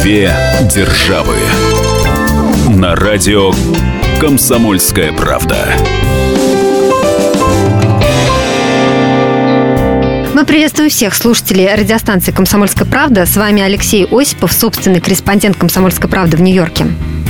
Две державы. На радио «Комсомольская правда». Мы приветствуем всех слушателей радиостанции «Комсомольская правда». С вами Алексей Осипов, собственный корреспондент «Комсомольской правды» в Нью-Йорке.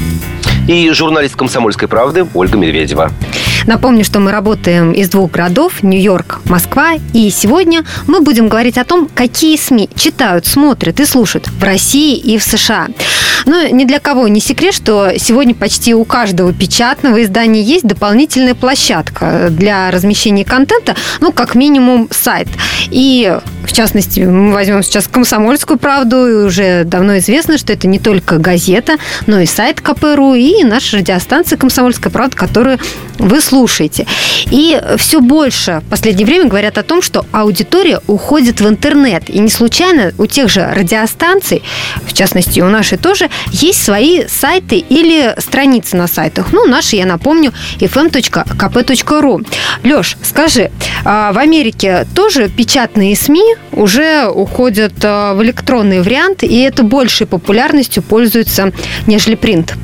И журналист «Комсомольской правды» Ольга Медведева. Напомню, что мы работаем из двух городов – Нью-Йорк, Москва. И сегодня мы будем говорить о том, какие СМИ читают, смотрят и слушают в России и в США. Но ни для кого не секрет, что сегодня почти у каждого печатного издания есть дополнительная площадка для размещения контента, как минимум сайт. И, в частности, мы возьмем сейчас «Комсомольскую правду», и уже давно известно, что это не только газета, но и сайт КП.ру, и наша радиостанция «Комсомольская правда», которую вы слушаете. И все больше в последнее время говорят о том, что аудитория уходит в интернет. И не случайно у тех же радиостанций, в частности, у нашей тоже, есть свои сайты или страницы на сайтах. Наши, я напомню, fm.kp.ru. Леш, скажи, в Америке тоже печатные СМИ уже уходят в электронный вариант, и это большей популярностью пользуется, нежели принт?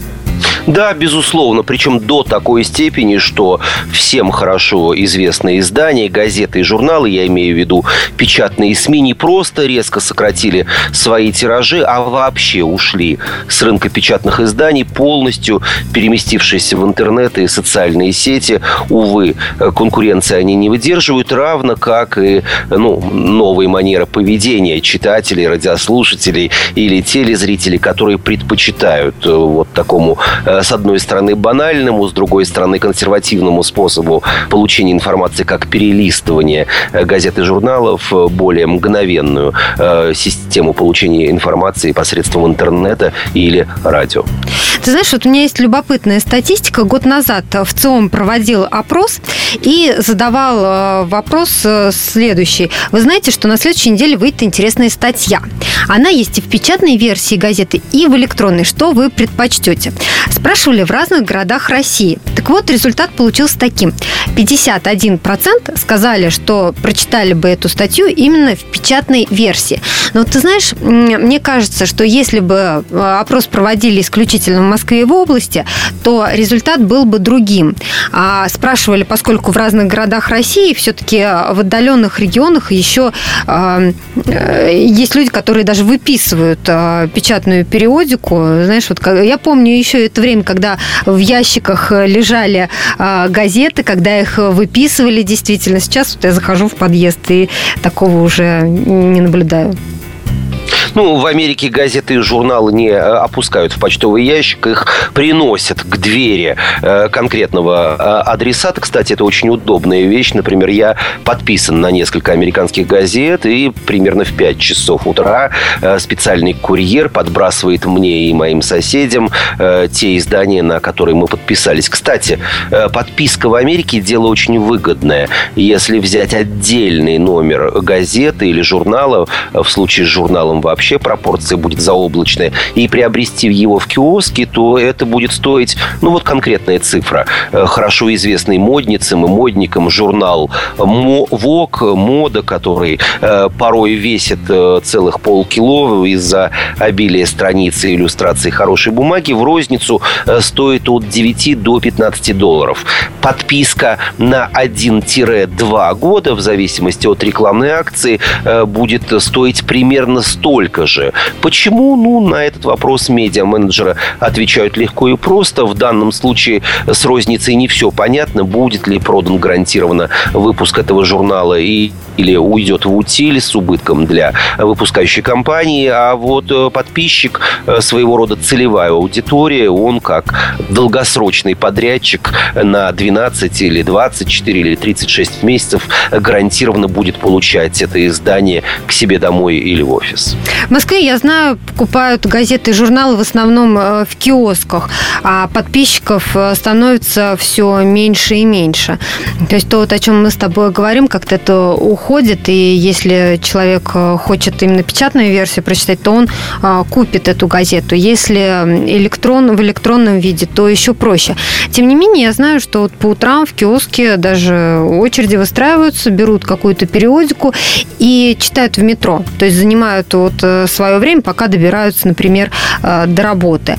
Да, безусловно, причем до такой степени, что всем хорошо известные издания, газеты и журналы, я имею в виду печатные СМИ, не просто резко сократили свои тиражи, а вообще ушли с рынка печатных изданий, полностью переместившись в интернет и социальные сети. Увы, конкуренции они не выдерживают, равно как и новые манеры поведения читателей, радиослушателей или телезрителей, которые предпочитают такому, с одной стороны, банальному, с другой стороны, консервативному способу получения информации, как перелистывание газет и журналов, более мгновенную систему получения информации посредством интернета или радио. Ты знаешь, у меня есть любопытная статистика. Год назад ВЦИОМ проводил опрос и задавал вопрос следующий. Вы знаете, что на следующей неделе выйдет интересная статья. Она есть и в печатной версии газеты, и в электронной. Что вы предпочтете? Спрашивали в разных городах России. Так вот, результат получился таким. 51% сказали, что прочитали бы эту статью именно в печатной версии. Но ты знаешь, мне кажется, что если бы опрос проводили исключительно в Москве и в области, то результат был бы другим. Спрашивали, поскольку в разных городах России все-таки в отдаленных регионах еще есть люди, которые даже выписывают печатную периодику. Знаешь, я помню еще это время, когда в ящиках лежали газеты, когда их выписывали действительно. Сейчас я захожу в подъезд и такого уже не наблюдаю. В Америке газеты и журналы не опускают в почтовый ящик, их приносят к двери конкретного адресата. Кстати, это очень удобная вещь. Например, я подписан на несколько американских газет, и примерно в 5 часов утра специальный курьер подбрасывает мне и моим соседям те издания, на которые мы подписались. Кстати, подписка в Америке – дело очень выгодное. Если взять отдельный номер газеты или журнала, в случае с журналом вообще пропорция будет заоблачная, и приобрести его в киоске, то это будет стоить, конкретная цифра. Хорошо известный модницам и модникам журнал Vogue, мода, который порой весит целых полкило из-за обилия страниц и иллюстраций хорошей бумаги, в розницу стоит от 9 до 15 долларов. Подписка на 1-2 года, в зависимости от рекламной акции, будет стоить примерно столько же. Почему? На этот вопрос медиа-менеджеры отвечают легко и просто. В данном случае с розницей не все понятно. Будет ли продан гарантированно выпуск этого журнала или уйдет в утиль с убытком для выпускающей компании. А подписчик, своего рода целевая аудитория, он как долгосрочный подрядчик на 12 или 24 или 36 месяцев гарантированно будет получать это издание к себе домой или в офис. В Москве, я знаю, покупают газеты и журналы в основном в киосках, а подписчиков становится все меньше и меньше. То есть то, о чем мы с тобой говорим, как-то это уходит, и если человек хочет именно печатную версию прочитать, то он купит эту газету. Если в электронном виде, то еще проще. Тем не менее, я знаю, что по утрам в киоске даже очереди выстраиваются, берут какую-то периодику и читают в метро. То есть занимают свое время, пока добираются, например, до работы.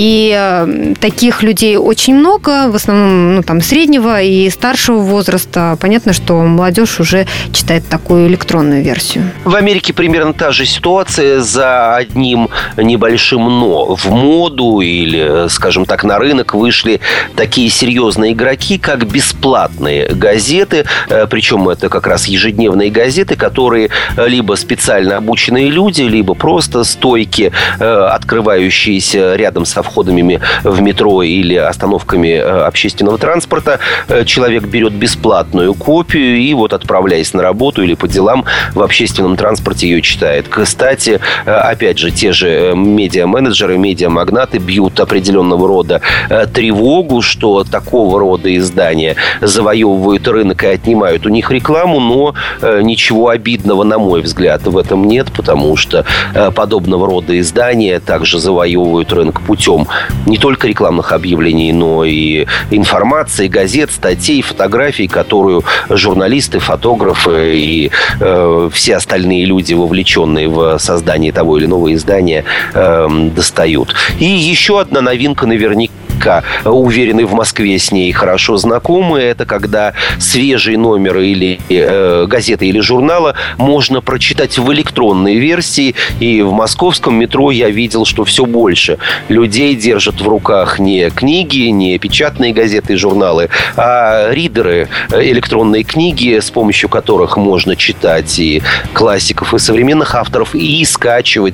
И таких людей очень много, в основном среднего и старшего возраста. Понятно, что молодежь уже читает такую электронную версию. В Америке примерно та же ситуация, за одним небольшим «но». В моду или, скажем так, на рынок вышли такие серьезные игроки, как бесплатные газеты. Причем это как раз ежедневные газеты, которые либо специально обученные люди, либо просто стойки, открывающиеся рядом со входами в метро или остановками общественного транспорта. Человек берет бесплатную копию и отправляясь на работу или по делам, в общественном транспорте ее читает. Кстати, опять же, те же медиа-менеджеры, медиа-магнаты бьют определенного рода тревогу, что такого рода издания завоевывают рынок и отнимают у них рекламу, но ничего обидного, на мой взгляд, в этом нет, потому что подобного рода издания также завоевывают рынок путем не только рекламных объявлений, но и информации, газет, статей, фотографий, которую журналисты, фотографы и все остальные люди, вовлеченные в создание того или иного издания, достают. И еще одна новинка наверняка, уверены, в Москве с ней хорошо знакомы, это когда свежий номер или газеты или журнала можно прочитать в электронной версии. И в московском метро я видел, что все больше людей держат в руках не книги, не печатные газеты и журналы, а ридеры, электронные книги, с помощью которых можно читать и классиков, и современных авторов, и скачивать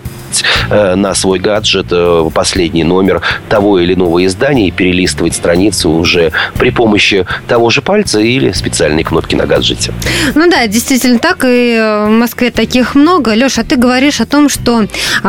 на свой гаджет последний номер того или иного издания и перелистывать страницу уже при помощи того же пальца или специальной кнопки на гаджете. Ну да, действительно так, и в Москве таких много. Леша, ты говоришь о том, что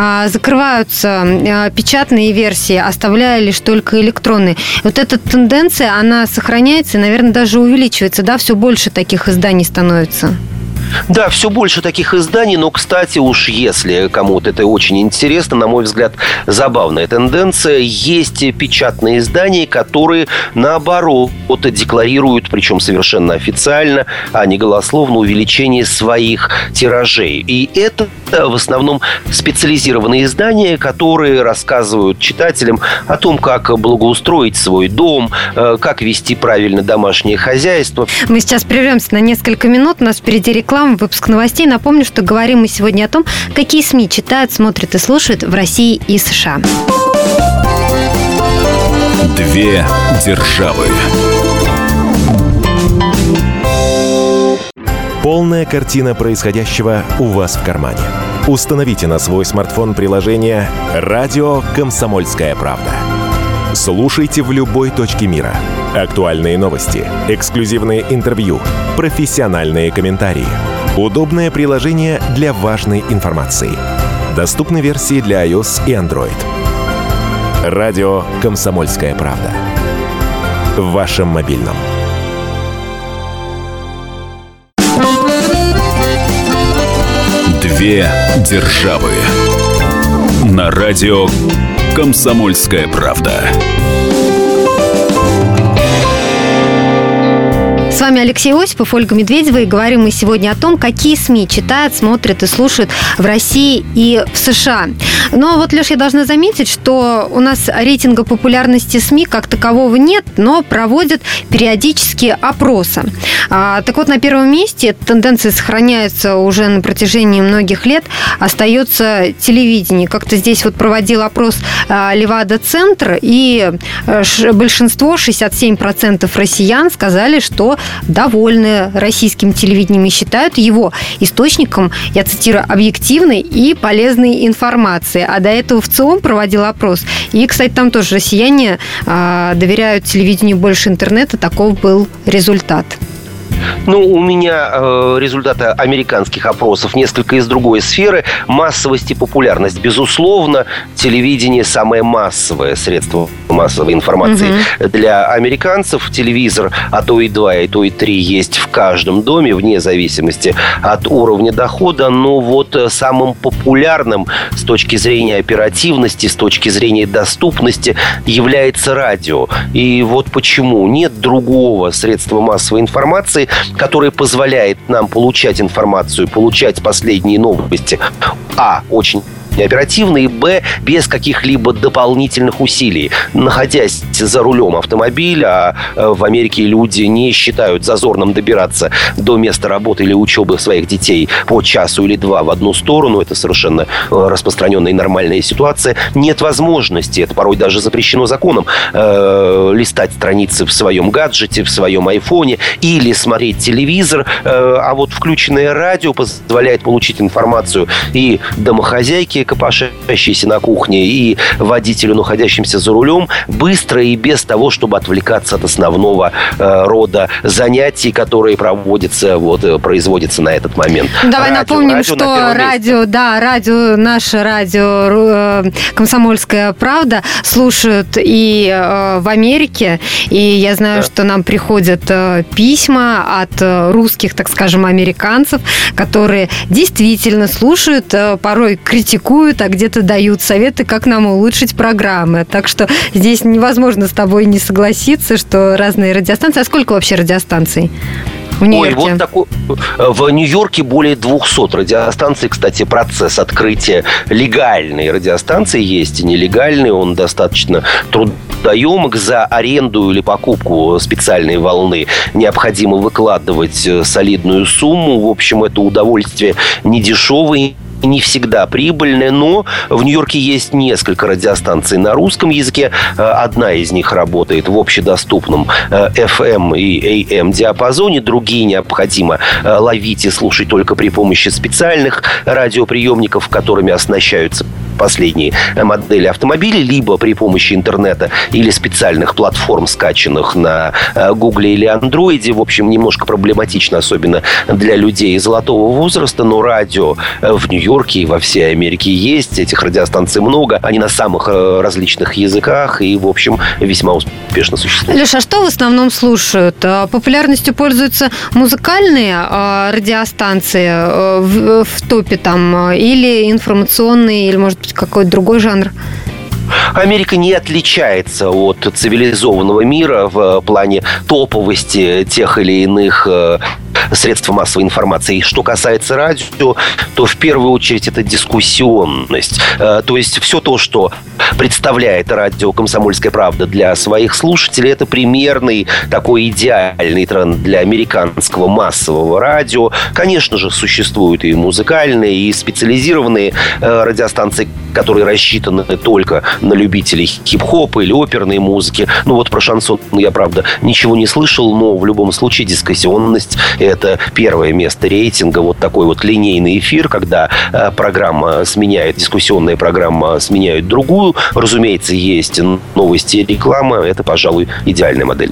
закрываются печатные версии, оставляя лишь только электронные. Вот эта тенденция, она сохраняется и, наверное, даже увеличивается, да? Все больше таких изданий становится. Да, все больше таких изданий, но, кстати, уж если кому-то это очень интересно, на мой взгляд, забавная тенденция. Есть печатные издания, которые, наоборот, декларируют, причем совершенно официально, а не голословно, увеличение своих тиражей. И это в основном специализированные издания, которые рассказывают читателям о том, как благоустроить свой дом, как вести правильно домашнее хозяйство. Мы сейчас прервемся на несколько минут. У нас впереди реклама, выпуск новостей. Напомню, что говорим мы сегодня о том, какие СМИ читают, смотрят и слушают в России и США. Две державы. Полная картина происходящего у вас в кармане. Установите на свой смартфон приложение «Радио Комсомольская правда». Слушайте в любой точке мира. Актуальные новости, эксклюзивные интервью, профессиональные комментарии. Удобное приложение для важной информации. Доступны версии для iOS и Android. «Радио Комсомольская правда». В вашем мобильном. Две державы. На радио «Комсомольская правда». С вами Алексей Осипов, Ольга Медведева, и говорим мы сегодня о том, какие СМИ читают, смотрят и слушают в России и в США. Но вот, Леш, я должна заметить, что у нас рейтинга популярности СМИ как такового нет, но проводят периодически опросы. Так вот, на первом месте, тенденция сохраняется уже на протяжении многих лет, остается телевидение. Как-то здесь вот проводил опрос Левада-центр, и большинство, 67% россиян, сказали, что довольны российским телевидением и считают его источником, я цитирую, объективной и полезной информации. А до этого ВЦИОМ проводил опрос. И, кстати, там тоже россияне доверяют телевидению больше интернета. Таков был результат. Ну, у меня результаты американских опросов несколько из другой сферы. Массовость и популярность. Безусловно, телевидение самое массовое средство массовой информации для американцев. Телевизор, а то и 2, и то и 3 есть в каждом доме, вне зависимости от уровня дохода. Но вот самым популярным с точки зрения оперативности, с точки зрения доступности является радио. И вот почему. Нет другого средства массовой информации, которое позволяет нам получать информацию, получать последние новости, очень оперативно, и б, без каких-либо дополнительных усилий. Находясь за рулем автомобиля, в Америке люди не считают зазорным добираться до места работы или учебы своих детей по часу или два в одну сторону. Это совершенно распространенная и нормальная ситуация. Нет возможности, это порой даже запрещено законом, листать страницы в своем гаджете, в своем айфоне или смотреть телевизор. А вот включенное радио позволяет получить информацию и домохозяйке, копошащейся на кухне, и водителю, находящимся за рулем, быстро и без того, чтобы отвлекаться от основного рода занятий, которые производятся на этот момент. Давай напомним, что наше радио «Комсомольская правда» слушают и в Америке, и я знаю, что нам приходят письма от русских, так скажем, американцев, которые действительно слушают, порой критикуют, а где-то дают советы, как нам улучшить программы. Так что здесь невозможно с тобой не согласиться, что разные радиостанции. А сколько вообще радиостанций в Нью-Йорке? В Нью-Йорке более 200 радиостанций. Кстати, процесс открытия легальной радиостанции есть и нелегальной. Он достаточно трудоемок. За аренду или покупку специальной волны необходимо выкладывать солидную сумму. В общем, это удовольствие недешевое, не всегда прибыльная, но в Нью-Йорке есть несколько радиостанций на русском языке. Одна из них работает в общедоступном FM и AM диапазоне, другие необходимо ловить и слушать только при помощи специальных радиоприемников, которыми оснащаются последние модели автомобилей, либо при помощи интернета или специальных платформ, скачанных на Гугле или Андроиде. В общем, немножко проблематично, особенно для людей золотого возраста, но радио в Нью-Йорке и во всей Америке есть. Этих радиостанций много. Они на самых различных языках и, в общем, весьма успешно существуют. Леша, а что в основном слушают? Популярностью пользуются музыкальные радиостанции в топе там, или информационные, или, может быть, какой-то другой жанр? Америка не отличается от цивилизованного мира в плане топовости тех или иных средств массовой информации. И что касается радио, то в первую очередь это дискуссионность. То есть все то, что представляет радио «Комсомольская правда» для своих слушателей, это примерный такой идеальный тренд для американского массового радио. Конечно же, существуют и музыкальные, и специализированные радиостанции, которые рассчитаны только на любителей хип-хопа или оперной музыки. Ну вот про шансон я, правда, ничего не слышал, но в любом случае дискуссионность – это первое место рейтинга. Вот такой вот линейный эфир, когда дискуссионная программа сменяет другую. Разумеется, есть новости и реклама. Это, пожалуй, идеальная модель.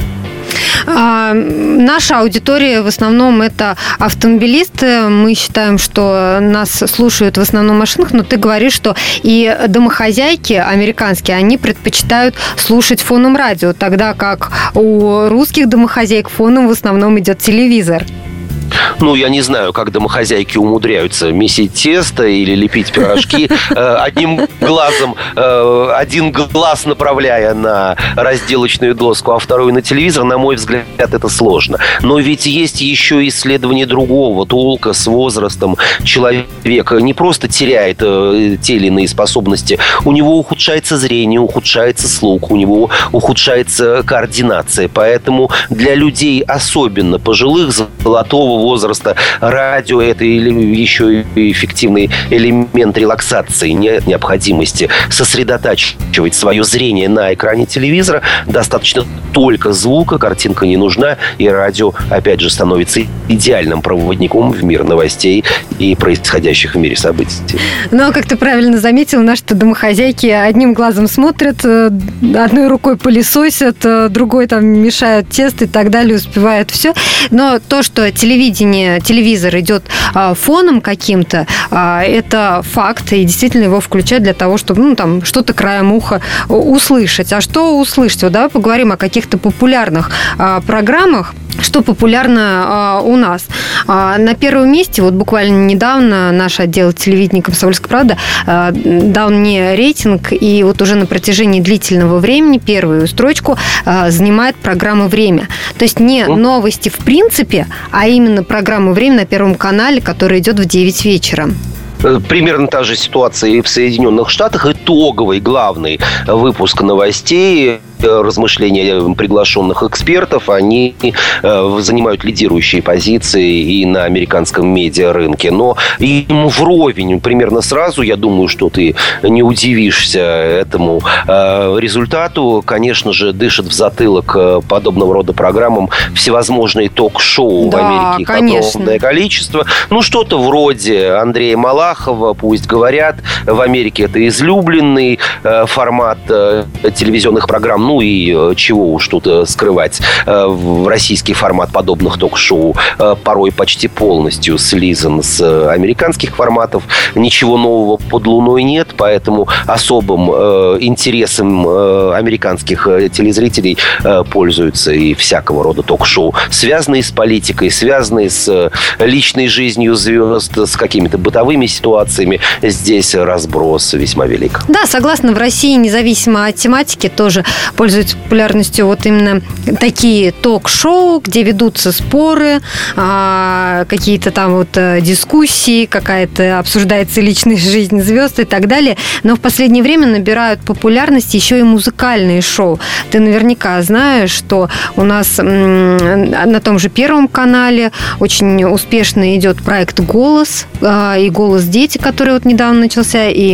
Наша аудитория в основном это автомобилисты. Мы считаем, что нас слушают в основном в машинах, но ты говоришь, что и домохозяйки американские, они предпочитают слушать фоном радио, тогда как у русских домохозяек фоном в основном идет телевизор. Ну, я не знаю, как домохозяйки умудряются месить тесто или лепить пирожки одним глазом, один глаз направляя на разделочную доску, а второй на телевизор. На мой взгляд, это сложно. Но ведь есть еще исследование другого толка. С возрастом человек не просто теряет те или иные способности, у него ухудшается зрение, ухудшается слух, у него ухудшается координация. Поэтому для людей, особенно пожилых, золотого возраста, радио – это еще и эффективный элемент релаксации. Нет необходимости сосредотачивать свое зрение на экране телевизора. Достаточно только звука, картинка не нужна, и радио, опять же, становится идеальным проводником в мир новостей и происходящих в мире событий. Ну, как ты правильно заметил, наши домохозяйки одним глазом смотрят, одной рукой пылесосят, другой там мешают тесто и так далее, успевают все. Но то, что телевизор идет фоном каким-то, это факт, и действительно его включать для того, чтобы там что-то краем уха услышать. А что услышать? Вот давай поговорим о каких-то популярных программах. Что популярно у нас? На первом месте, вот буквально недавно наш отдел телевидения «Комсомольская правда» дал мне рейтинг, и вот уже на протяжении длительного времени первую строчку занимает программа «Время». То есть не новости в принципе, а именно программа «Время» на Первом канале, которая идет в 9 вечера. Примерно та же ситуация и в Соединенных Штатах. Итоговый главный выпуск новостей, размышления приглашенных экспертов, они занимают лидирующие позиции и на американском медиарынке. Но им вровень примерно сразу, я думаю, что ты не удивишься этому результату. Конечно же, дышит в затылок подобного рода программам всевозможные ток-шоу. Да, в Америке их огромное количество. Ну, что-то вроде Андрея Малахова, пусть говорят. В Америке это излюбленный формат телевизионных программ. Ну и чего уж тут скрывать. Российский формат подобных ток-шоу порой почти полностью слизан с американских форматов. Ничего нового под луной нет, поэтому особым интересом американских телезрителей пользуются и всякого рода ток-шоу, связанные с политикой, связанные с личной жизнью звезд, с какими-то бытовыми ситуациями. Здесь разброс весьма велик. Да, согласна, в России, независимо от тематики, тоже пользуются популярностью вот именно такие ток-шоу, где ведутся споры, какие-то там вот дискуссии, какая-то обсуждается личная жизнь звезд и так далее. Но в последнее время набирают популярность еще и музыкальные шоу. Ты наверняка знаешь, что у нас на том же Первом канале очень успешно идет проект «Голос» и «Голос дети», который вот недавно начался, и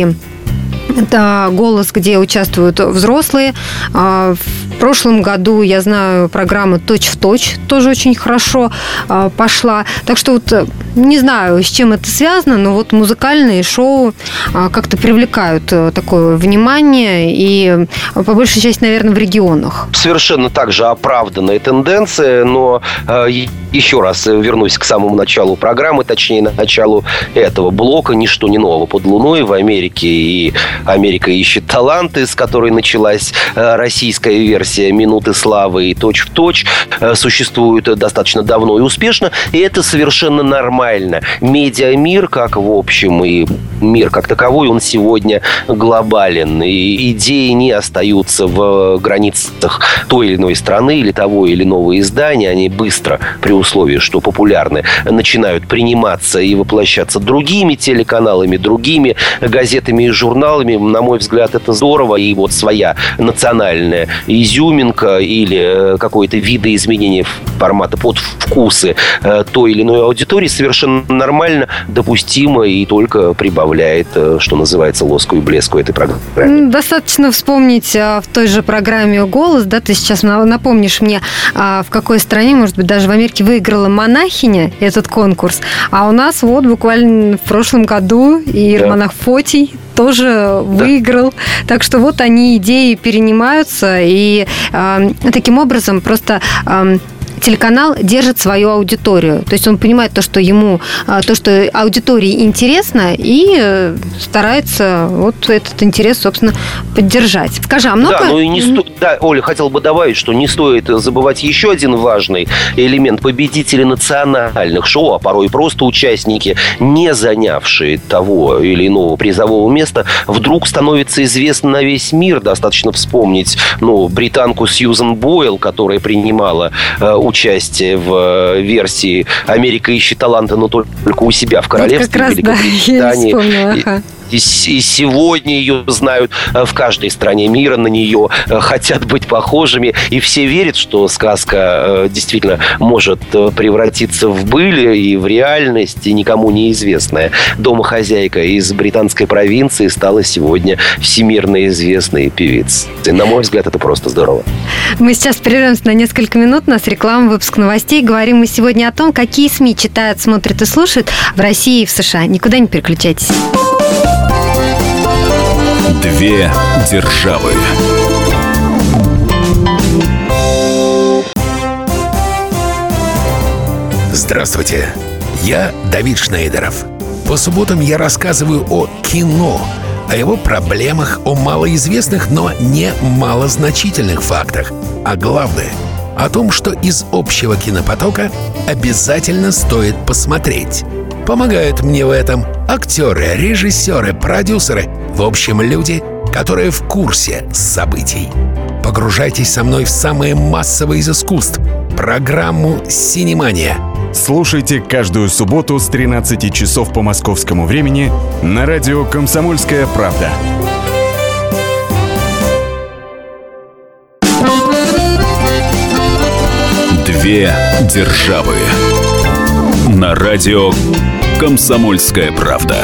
это «Голос», где участвуют взрослые. В прошлом году, я знаю, программа «Точь в точь» тоже очень хорошо пошла. Так что вот не знаю, с чем это связано, но вот музыкальные шоу как-то привлекают такое внимание, и по большей части, наверное, в регионах. Совершенно также оправданная тенденция, но еще раз вернусь к самому началу программы, точнее, на началу этого блока. Ничто не нового под луной в Америке, и Америка ищет таланты, с которой началась российская версия «Минуты славы» и «Точь в точь», существует достаточно давно и успешно, и это совершенно нормально. Медиамир, как в общем, и мир как таковой, он сегодня глобален, и идеи не остаются в границах той или иной страны или того или иного издания, они быстро, при условии, что популярны, начинают приниматься и воплощаться другими телеканалами, другими газетами и журналами. На мой взгляд, это здорово, и вот своя национальная изюминка или какое-то видоизменение формата под вкусы той или иной аудитории совершенно нормально, допустимо и только прибавляет, что называется, лоску и блеску этой программы. Достаточно вспомнить в той же программе «Голос», да, ты сейчас напомнишь мне, в какой стране, может быть, даже в Америке выиграла монахиня этот конкурс, а у нас вот буквально в прошлом году иеромонах Фотий тоже выиграл. Так что вот они, идеи перенимаются, и таким образом просто телеканал держит свою аудиторию. То есть он понимает то, что ему, то, что аудитории интересно, и старается вот этот интерес, собственно, поддержать. Скажи, а много... Да, ну и не да, Оля, хотел бы добавить, что не стоит забывать еще один важный элемент. Победители национальных шоу, а порой просто участники, не занявшие того или иного призового места, вдруг становятся известны на весь мир. Достаточно вспомнить, британку Сьюзан Бойл, которая принимала участие в версии «Америка ищет таланта», но только у себя в королевстве вот Великобритании. Да, я вспомнила, И сегодня ее знают в каждой стране мира, на нее хотят быть похожими. И все верят, что сказка действительно может превратиться в быль и в реальность, и никому неизвестная. Домохозяйка из британской провинции стала сегодня всемирно известной певицей. На мой взгляд, это просто здорово. Мы сейчас прервемся на несколько минут. У нас реклама, выпуск новостей. Говорим мы сегодня о том, какие СМИ читают, смотрят и слушают в России и в США. Никуда не переключайтесь. Две державы. Здравствуйте, я Давид Шнейдеров. По субботам я рассказываю о кино, о его проблемах, о малоизвестных, но не малозначительных фактах. А главное, о том, что из общего кинопотока обязательно стоит посмотреть. Помогают мне в этом актеры, режиссеры, продюсеры, в общем, люди, которые в курсе событий. Погружайтесь со мной в самое массовое из искусств — программу «Синемания». Слушайте каждую субботу с 13 часов по московскому времени на радио «Комсомольская правда». Две державы. На радио «Комсомольская правда».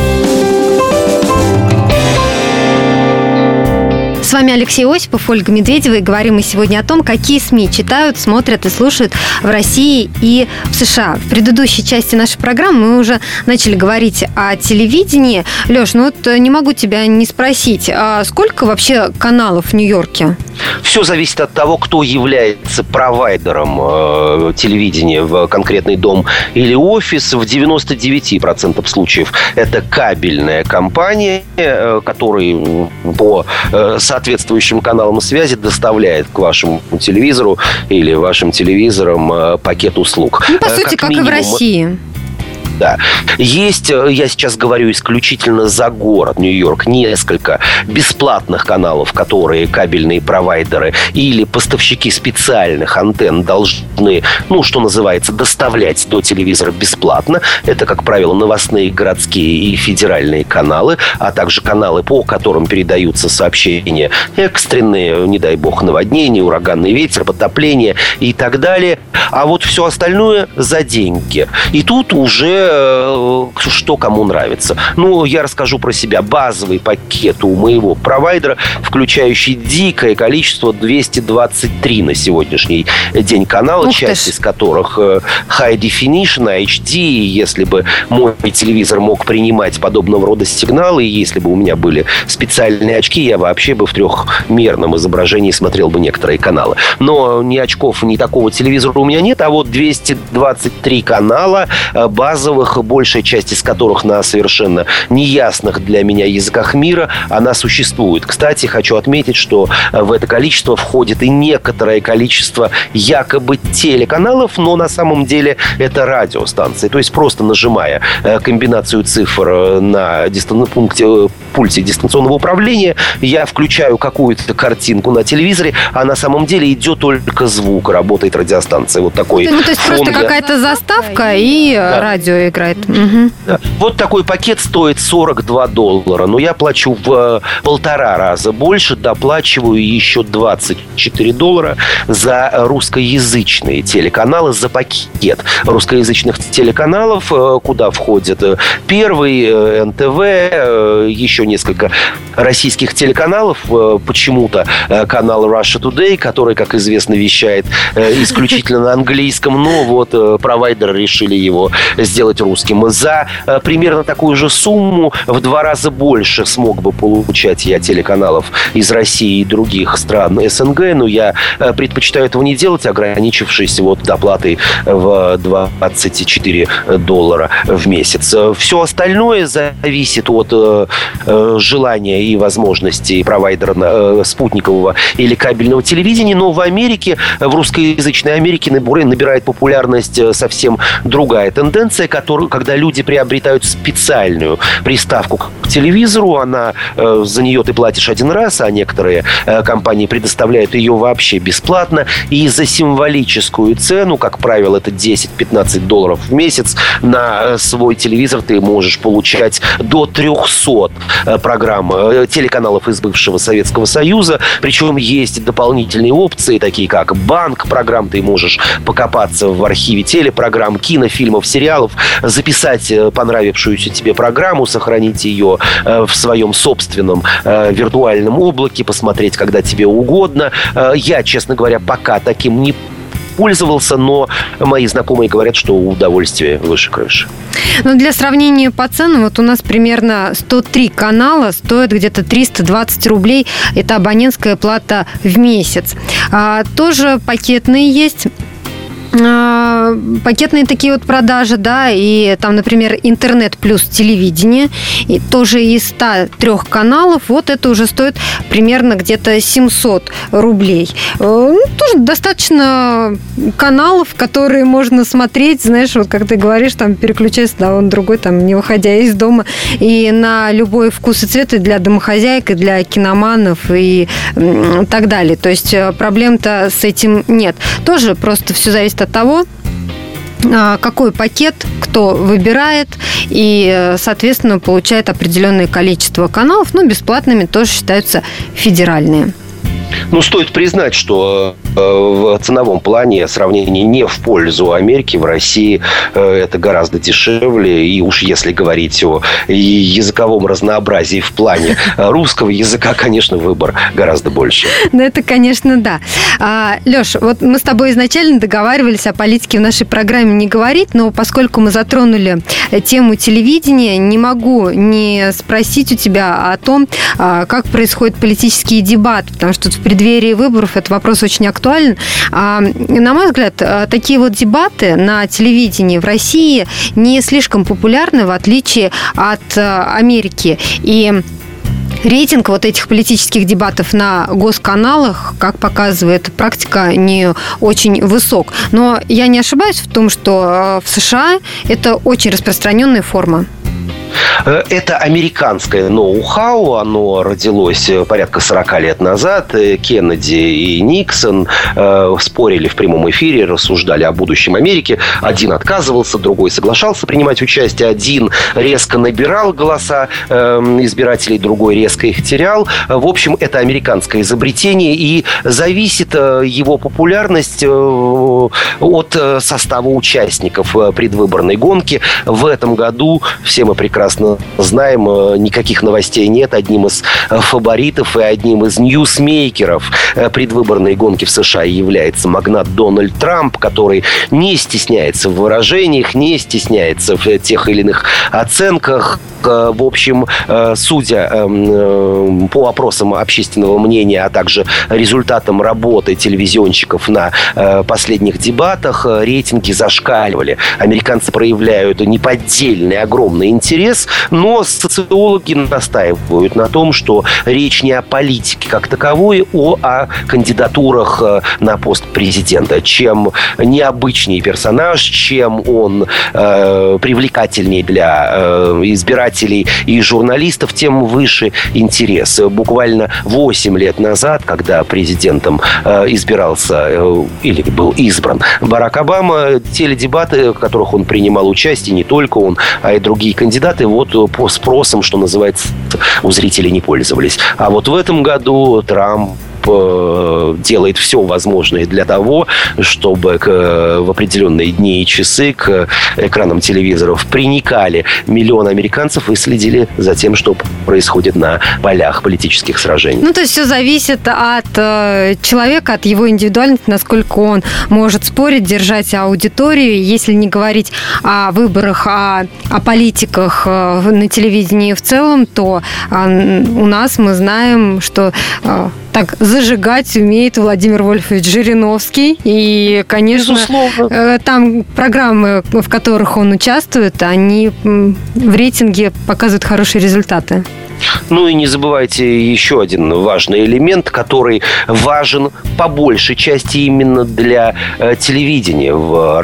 С вами Алексей Осипов, Ольга Медведева, и говорим мы сегодня о том, какие СМИ читают, смотрят и слушают в России и в США. В предыдущей части нашей программы мы уже начали говорить о телевидении. Леш, ну вот не могу тебя не спросить, а сколько вообще каналов в Нью-Йорке? Все зависит от того, кто является провайдером телевидения в конкретный дом или офис. В 99% случаев это кабельная компания, которая по соответствующим каналам связи доставляет к вашему телевизору или вашим телевизорам пакет услуг. Ну, по сути, как и в России. Да. Есть, я сейчас говорю исключительно за город Нью-Йорк, несколько бесплатных каналов, которые кабельные провайдеры или поставщики специальных антенн должны, ну, что называется, доставлять до телевизора бесплатно. Это, как правило, новостные, городские и федеральные каналы, а также каналы, по которым передаются сообщения экстренные, не дай бог, наводнения, ураганный ветер, потопление и так далее. А вот все остальное за деньги. И тут уже что кому нравится. Ну, я расскажу про себя. Базовый пакет у моего провайдера, включающий дикое количество 223 на сегодняшний день канала, часть из которых High Definition, HD. Если бы мой телевизор мог принимать подобного рода сигналы, и если бы у меня были специальные очки, я вообще бы в трехмерном изображении смотрел бы некоторые каналы. Но ни очков, ни такого телевизора у меня нет, а вот 223 канала базовых, большая часть из которых на совершенно неясных для меня языках мира, она существует. Кстати, хочу отметить, что в это количество входит и некоторое количество якобы телеканалов, но на самом деле это радиостанции. То есть просто нажимая комбинацию цифр на пульте дистанционного управления, я включаю какую-то картинку на телевизоре, а на самом деле идет только звук, работает радиостанция. Вот такой то есть фон просто какая-то заставка и радио играет. Угу. Да. Вот такой пакет стоит $42. Но я плачу в 1,5 раза больше, доплачиваю еще $24 за русскоязычные телеканалы, за пакет русскоязычных телеканалов, куда входят Первый, НТВ, еще несколько российских телеканалов, почему-то канал Russia Today, который, как известно, вещает исключительно на английском, но вот провайдеры решили его сделать русским. За примерно такую же сумму, в 2 раза больше смог бы получать я телеканалов из России и других стран СНГ, но я предпочитаю этого не делать, ограничившись вот доплатой в $24 в месяц. Все остальное зависит от желания и возможностей провайдера спутникового или кабельного телевидения, но в Америке, в русскоязычной Америке набирает популярность совсем другая тенденция, когда люди приобретают специальную приставку к телевизору, за нее ты платишь один раз, а некоторые компании предоставляют ее вообще бесплатно, и за символическую цену, как правило, это $10-15 в месяц, на свой телевизор ты можешь получать до 300 программ, телеканалов из бывшего Советского Союза, причем есть дополнительные опции, такие как банк программ, ты можешь покопаться в архиве телепрограмм, кинофильмов, сериалов, записать понравившуюся тебе программу, сохранить ее в своем собственном виртуальном облаке, посмотреть, когда тебе угодно. Я, честно говоря, пока таким не пользовался, но мои знакомые говорят, что удовольствие выше крыши. Ну, для сравнения по ценам, вот у нас примерно 103 канала стоят где-то 320 рублей. Это абонентская плата в месяц. Тоже пакетные есть. Пакетные такие вот продажи, да, и там, например, интернет плюс телевидение, и тоже из 103 каналов, вот это уже стоит примерно где-то 700 рублей. Тоже достаточно каналов, которые можно смотреть, знаешь, вот как ты говоришь, там переключаясь на он другой, там не выходя из дома, и на любой вкус и цвет, и для домохозяек, и для киноманов, и так далее. То есть проблем-то с этим нет. Тоже просто все зависит от того, какой пакет кто выбирает, и, соответственно, получает определенное количество каналов, но бесплатными тоже считаются федеральные. Стоит признать, что в ценовом плане сравнение не в пользу Америки. В России это гораздо дешевле. И уж если говорить о языковом разнообразии в плане русского языка, конечно, выбор гораздо больше. Это, конечно, да. Леш, вот мы с тобой изначально договаривались о политике в нашей программе не говорить, но поскольку мы затронули тему телевидения, не могу не спросить у тебя о том, как происходят политические дебаты, потому что в преддверии выборов этот вопрос очень актуален. На мой взгляд, такие вот дебаты на телевидении в России не слишком популярны, в отличие от Америки. И рейтинг вот этих политических дебатов на госканалах, как показывает практика, не очень высок. Но я не ошибаюсь в том, что в США это очень распространенная форма. Это американское ноу-хау, оно родилось порядка 40 лет назад. Кеннеди и Никсон спорили в прямом эфире, рассуждали о будущем Америки. Один отказывался, другой соглашался принимать участие. Один резко набирал голоса избирателей, другой резко их терял. В общем, это американское изобретение, и зависит его популярность от состава участников предвыборной гонки. В этом году, все мы прекрасно знаем, никаких новостей нет. Одним из фаворитов и одним из ньюсмейкеров предвыборной гонки в США является магнат Дональд Трамп, который не стесняется в выражениях, не стесняется в тех или иных оценках. В общем, судя по опросам общественного мнения, а также результатам работы телевизионщиков на последних дебатах, рейтинги зашкаливали. Американцы проявляют неподдельный огромный интерес, но социологи настаивают на том, что речь не о политике как таковой, а о кандидатурах на пост президента. Чем необычнее персонаж, чем он привлекательнее для избирателей и журналистов, тем выше интерес. Буквально 8 лет назад, когда президентом избирался или был избран Барак Обама, теледебаты, в которых он принимал участие, не только он, а и другие кандидаты, вот по спросам, что называется, у зрителей не пользовались. А вот в этом году Трамп делает все возможное для того, чтобы в определенные дни и часы к экранам телевизоров приникали миллионы американцев и следили за тем, что происходит на полях политических сражений. То есть все зависит от человека, от его индивидуальности, насколько он может спорить, держать аудиторию. Если не говорить о выборах, о политиках на телевидении в целом, то у нас мы знаем, что так зажигать умеет Владимир Вольфович Жириновский. И, конечно, безусловно, там программы, в которых он участвует, они в рейтинге показывают хорошие результаты. И не забывайте еще один важный элемент, который важен по большей части именно для телевидения в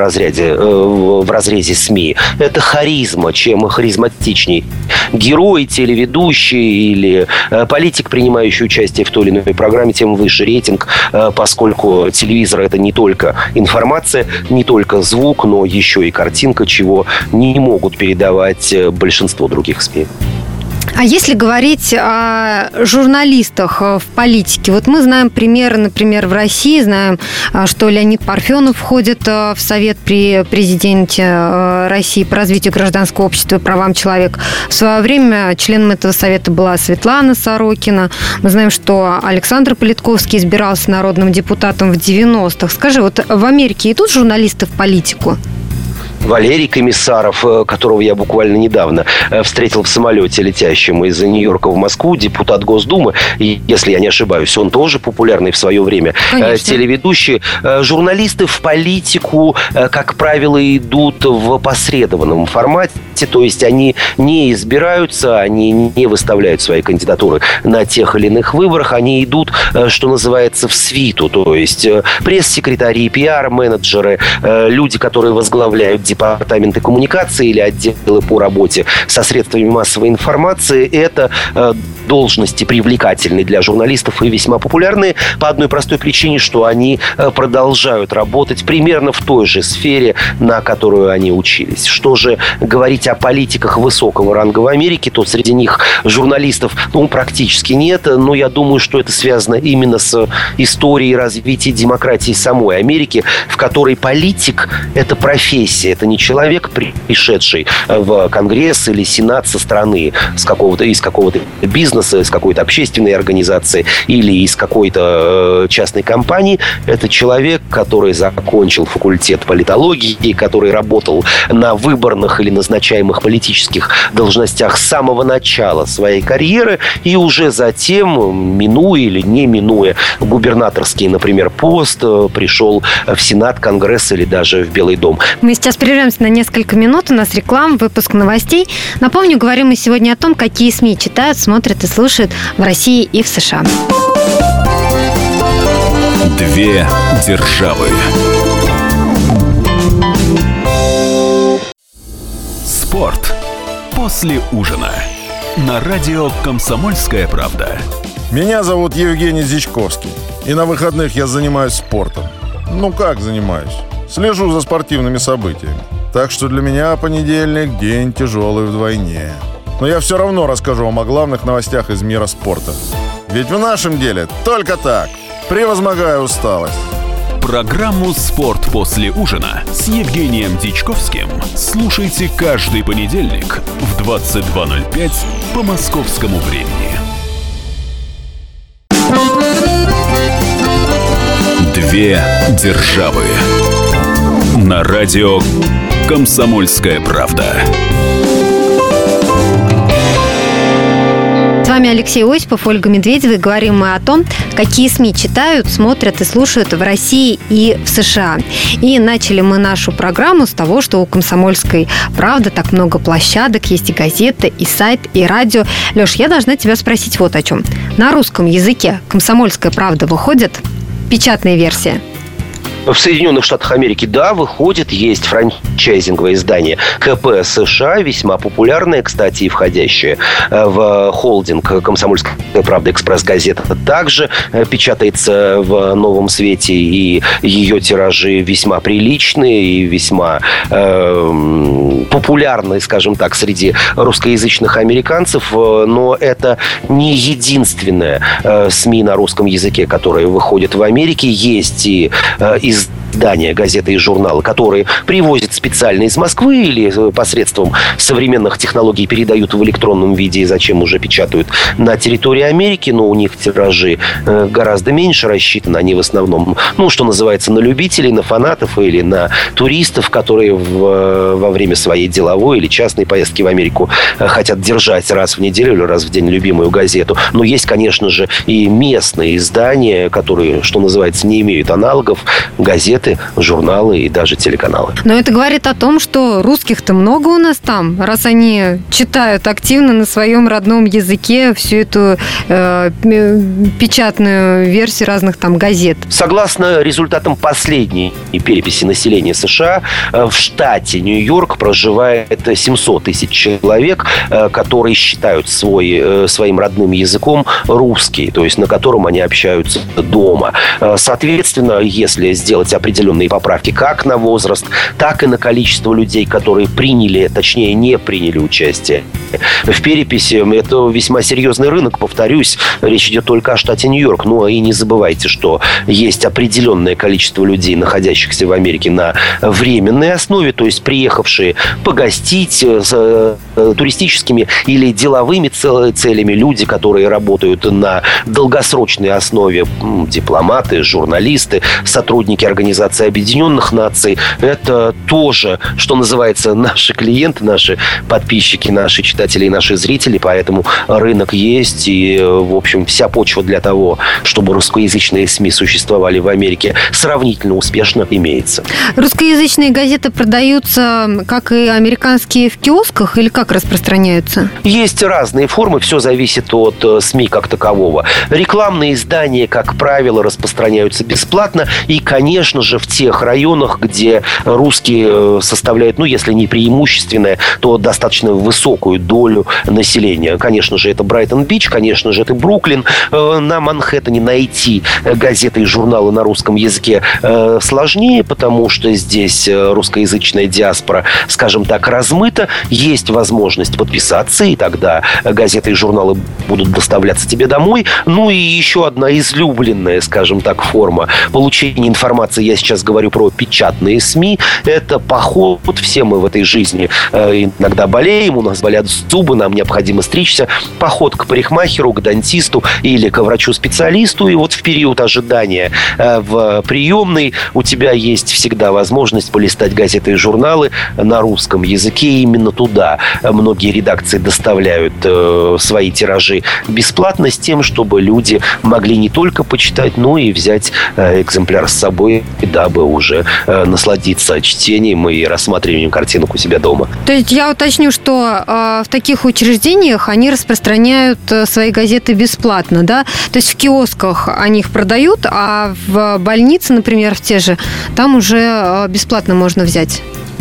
разрезе СМИ. Это харизма. Чем харизматичней герой, телеведущий или политик, принимающий участие в той или иной программе, тем выше рейтинг, поскольку телевизор – это не только информация, не только звук, но еще и картинка, чего не могут передавать большинство других СМИ. А если говорить о журналистах в политике, вот мы знаем примеры, например, в России, знаем, что Леонид Парфенов входит в Совет при президенте России по развитию гражданского общества и правам человека. В свое время членом этого совета была Светлана Сорокина. Мы знаем, что Александр Политковский избирался народным депутатом в 90-х. Скажи, вот в Америке идут журналисты в политику? Валерий Комиссаров, которого я буквально недавно встретил в самолете, летящем из Нью-Йорка в Москву, депутат Госдумы, и, если я не ошибаюсь, он тоже популярный в свое время телеведущий. Журналисты в политику, как правило, идут в опосредованном формате, то есть они не избираются, они не выставляют свои кандидатуры на тех или иных выборах, они идут, что называется, в свиту, то есть пресс-секретари, пиар-менеджеры, люди, которые возглавляют департаменты коммуникации или отделы по работе со средствами массовой информации, это должности привлекательные для журналистов и весьма популярные по одной простой причине, что они продолжают работать примерно в той же сфере, на которую они учились. Что же говорить о политиках высокого ранга в Америке, то среди них журналистов практически нет, но я думаю, что это связано именно с историей развития демократии самой Америки, в которой политик – это профессия, это не человек, пришедший в Конгресс или Сенат со стороны, из какого-то бизнеса, из какой-то общественной организации или из какой-то частной компании. Это человек, который закончил факультет политологии, который работал на выборных или назначаемых политических должностях с самого начала своей карьеры и уже затем, минуя или не минуя губернаторский, например, пост, пришел в Сенат, Конгресс или даже в Белый дом. Мы сейчас прервемся на несколько минут. У нас реклама, выпуск новостей. Напомню, говорим мы сегодня о том, какие СМИ читают, смотрят и слушают в России и в США. Две державы. Спорт после ужина. На радио «Комсомольская правда». Меня зовут Евгений Зичковский. И на выходных я занимаюсь спортом. Как занимаюсь? Слежу за спортивными событиями. Так что для меня понедельник – день тяжелый вдвойне. Но я все равно расскажу вам о главных новостях из мира спорта. Ведь в нашем деле только так. Превозмогая усталость. Программу «Спорт после ужина» с Евгением Дичковским слушайте каждый понедельник в 22:05 по московскому времени. Две державы. На радио «Комсомольская правда». С вами Алексей Осипов, Ольга Медведева. И говорим мы о том, какие СМИ читают, смотрят и слушают в России и в США. И начали мы нашу программу с того, что у «Комсомольской правды» так много площадок, есть и газеты, и сайт, и радио. Леш, я должна тебя спросить вот о чем. На русском языке «Комсомольская правда» выходит печатная версия? В Соединенных Штатах Америки, да, выходит, есть франчайзинговое издание КП США, весьма популярное, кстати, и входящее в холдинг «Комсомольская правда» «Экспресс-газета». Также печатается в новом свете, и ее тиражи весьма приличные и весьма популярны, скажем так, среди русскоязычных американцев. Но это не единственное СМИ на русском языке, которые выходят в Америке. Есть и издания, газеты и журналы, которые привозят специально из Москвы или посредством современных технологий передают в электронном виде и зачем уже печатают на территории Америки, но у них тиражи гораздо меньше рассчитаны. Они в основном, что называется, на любителей, на фанатов или на туристов, которые во время своей деловой или частной поездки в Америку хотят держать раз в неделю или раз в день любимую газету. Но есть, конечно же, и местные издания, которые, что называется, не имеют аналогов, газеты, журналы и даже телеканалы. Но это говорит о том, что русских-то много у нас там, раз они читают активно на своем родном языке всю эту печатную версию разных там газет. Согласно результатам последней переписи населения США, в штате Нью-Йорк проживает 700 тысяч человек, которые считают своим родным языком русский, то есть на котором они общаются дома. Соответственно, если сделать определенные поправки как на возраст, так и на количество людей, которые приняли, точнее, не приняли участие в переписи. Это весьма серьезный рынок, повторюсь. Речь идет только о штате Нью-Йорк. И не забывайте, что есть определенное количество людей, находящихся в Америке на временной основе, то есть приехавшие погостить с туристическими или деловыми целями, люди, которые работают на долгосрочной основе, дипломаты, журналисты, сотрудники Организации Объединенных Наций. Это тоже, что называется, наши клиенты, наши подписчики, наши читатели и наши зрители. Поэтому рынок есть. И, в общем, вся почва для того, чтобы русскоязычные СМИ существовали в Америке, сравнительно успешно имеется. Русскоязычные газеты продаются, как и американские, в киосках или как распространяются? Есть разные формы. Все зависит от СМИ как такового. Рекламные издания, как правило, распространяются бесплатно. И, конечно же, даже в тех районах, где русские составляют, если не преимущественное, то достаточно высокую долю населения. Конечно же, это Брайтон-Бич, конечно же, это Бруклин. На Манхэттене найти газеты и журналы на русском языке сложнее, потому что здесь русскоязычная диаспора, скажем так, размыта. Есть возможность подписаться, и тогда газеты и журналы будут доставляться тебе домой. Ну и еще одна излюбленная, скажем так, форма получения информации, я сейчас говорю про печатные СМИ, это поход. Все мы в этой жизни иногда болеем, у нас болят зубы, нам необходимо стричься. Поход к парикмахеру, к дантисту или к врачу-специалисту. И вот в период ожидания в приемной у тебя есть всегда возможность полистать газеты и журналы на русском языке. И именно туда многие редакции доставляют свои тиражи бесплатно с тем, чтобы люди могли не только почитать, но и взять экземпляр с собой, дабы уже насладиться чтением и рассматриванием картинок у себя дома. То есть я уточню, что в таких учреждениях они распространяют свои газеты бесплатно, да? То есть в киосках они их продают, а в больнице, например, в те же, там уже бесплатно можно взять.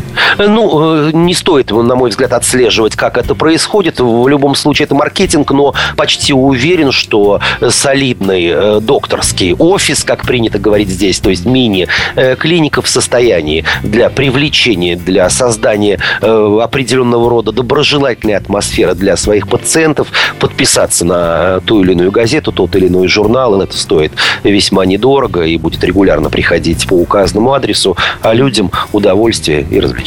Не стоит, на мой взгляд, отслеживать, как это происходит. В любом случае, это маркетинг, но почти уверен, что солидный докторский офис, как принято говорить здесь, то есть мини-клиника в состоянии для привлечения, для создания определенного рода доброжелательной атмосферы для своих пациентов, подписаться на ту или иную газету, тот или иной журнал. Это стоит весьма недорого и будет регулярно приходить по указанному адресу, а людям удовольствие и развлечение.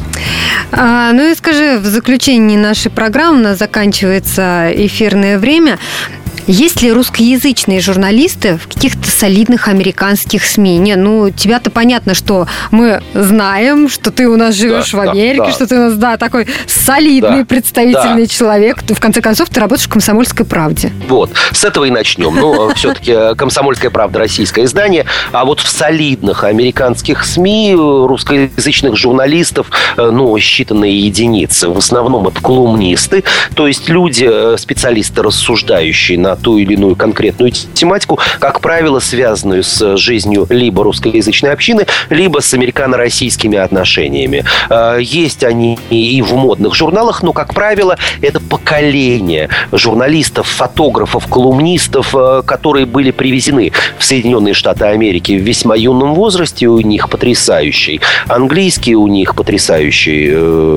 Ну и скажи, в заключении нашей программы, у нас заканчивается эфирное время, есть ли русскоязычные журналисты в каких-то солидных американских СМИ? Тебя-то понятно, что мы знаем, что ты у нас живешь в Америке, что ты у нас, такой солидный, представительный человек. В конце концов, ты работаешь в «Комсомольской правде». Вот, с этого и начнем. Все-таки «Комсомольская правда» — российское издание, а вот в солидных американских СМИ русскоязычных журналистов, считанные единицы. В основном это колумнисты, то есть люди, специалисты, рассуждающие на ту или иную конкретную тематику, как правило, связанную с жизнью либо русскоязычной общины, либо с американо-российскими отношениями. Есть они и в модных журналах, но, как правило, это поколение журналистов, фотографов, колумнистов, которые были привезены в Соединенные Штаты Америки в весьма юном возрасте. У них потрясающий английский, у них потрясающий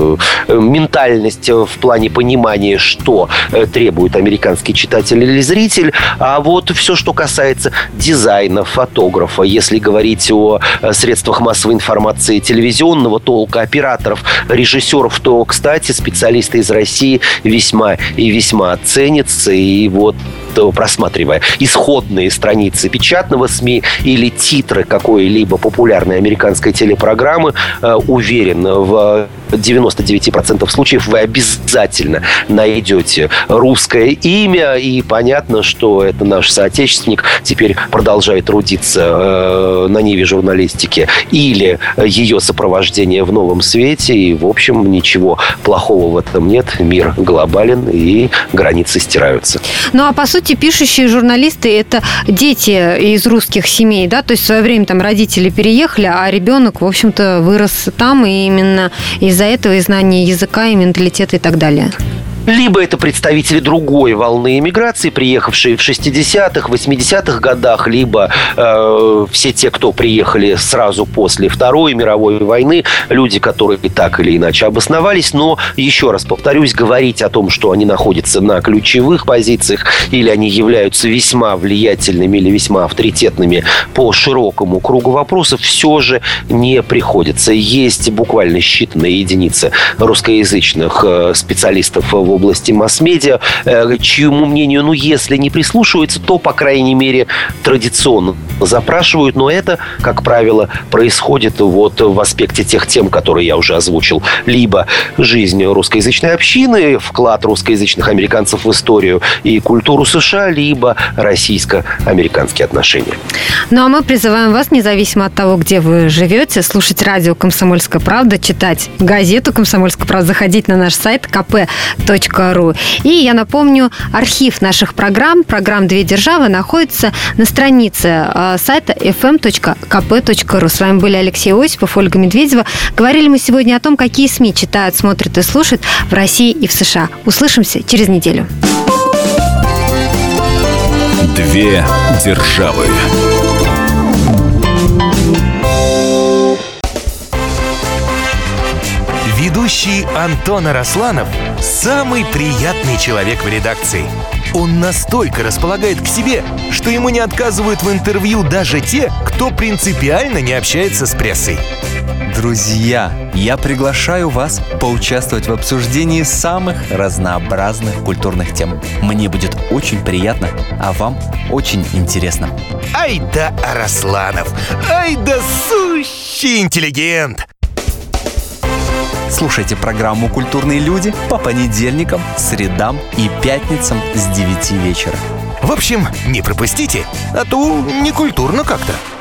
ментальность в плане понимания, что требует американский читатель или зритель. А вот все, что касается дизайна, фотографа, если говорить о средствах массовой информации телевизионного толка, операторов, режиссеров, то, кстати, специалисты из России весьма и весьма ценятся. И вот, просматривая исходные страницы печатного СМИ или титры какой-либо популярной американской телепрограммы, уверен, в 99% случаев вы обязательно найдете русское имя, и понятно, что это наш соотечественник теперь продолжает трудиться на ниве журналистики или ее сопровождение в новом свете, и, в общем, ничего плохого в этом нет. Мир глобален, и границы стираются. А по сути, пишущие журналисты – это дети из русских семей, да? То есть в свое время там родители переехали, а ребенок, в общем-то, вырос там, и именно из-за этого и знания языка, и менталитета, и так далее. Либо это представители другой волны эмиграции, приехавшие в 60-х, 80-х годах, либо все те, кто приехали сразу после Второй мировой войны, люди, которые так или иначе обосновались. Но, еще раз повторюсь, говорить о том, что они находятся на ключевых позициях или они являются весьма влиятельными или весьма авторитетными по широкому кругу вопросов, все же не приходится. Есть буквально считанные единицы русскоязычных специалистов в области масс-медиа, чьему мнению, если не прислушиваются, то, по крайней мере, традиционно запрашивают. Но это, как правило, происходит вот в аспекте тех тем, которые я уже озвучил. Либо жизнь русскоязычной общины, вклад русскоязычных американцев в историю и культуру США, либо российско-американские отношения. А мы призываем вас, независимо от того, где вы живете, слушать радио «Комсомольская правда», читать газету «Комсомольская правда», заходить на наш сайт kp.ru, kp.ru. И я напомню, архив наших программ «Две державы» находится на странице сайта fm.kp.ru. С вами были Алексей Осипов, Ольга Медведева. Говорили мы сегодня о том, какие СМИ читают, смотрят и слушают в России и в США. Услышимся через неделю. Две державы. Ведущий Антон Арасланов – самый приятный человек в редакции. Он настолько располагает к себе, что ему не отказывают в интервью даже те, кто принципиально не общается с прессой. Друзья, я приглашаю вас поучаствовать в обсуждении самых разнообразных культурных тем. Мне будет очень приятно, а вам очень интересно. Ай да Арасланов! Ай да сущий интеллигент! Слушайте программу «Культурные люди» по понедельникам, средам и пятницам с 9 вечера. В общем, не пропустите, а то некультурно как-то.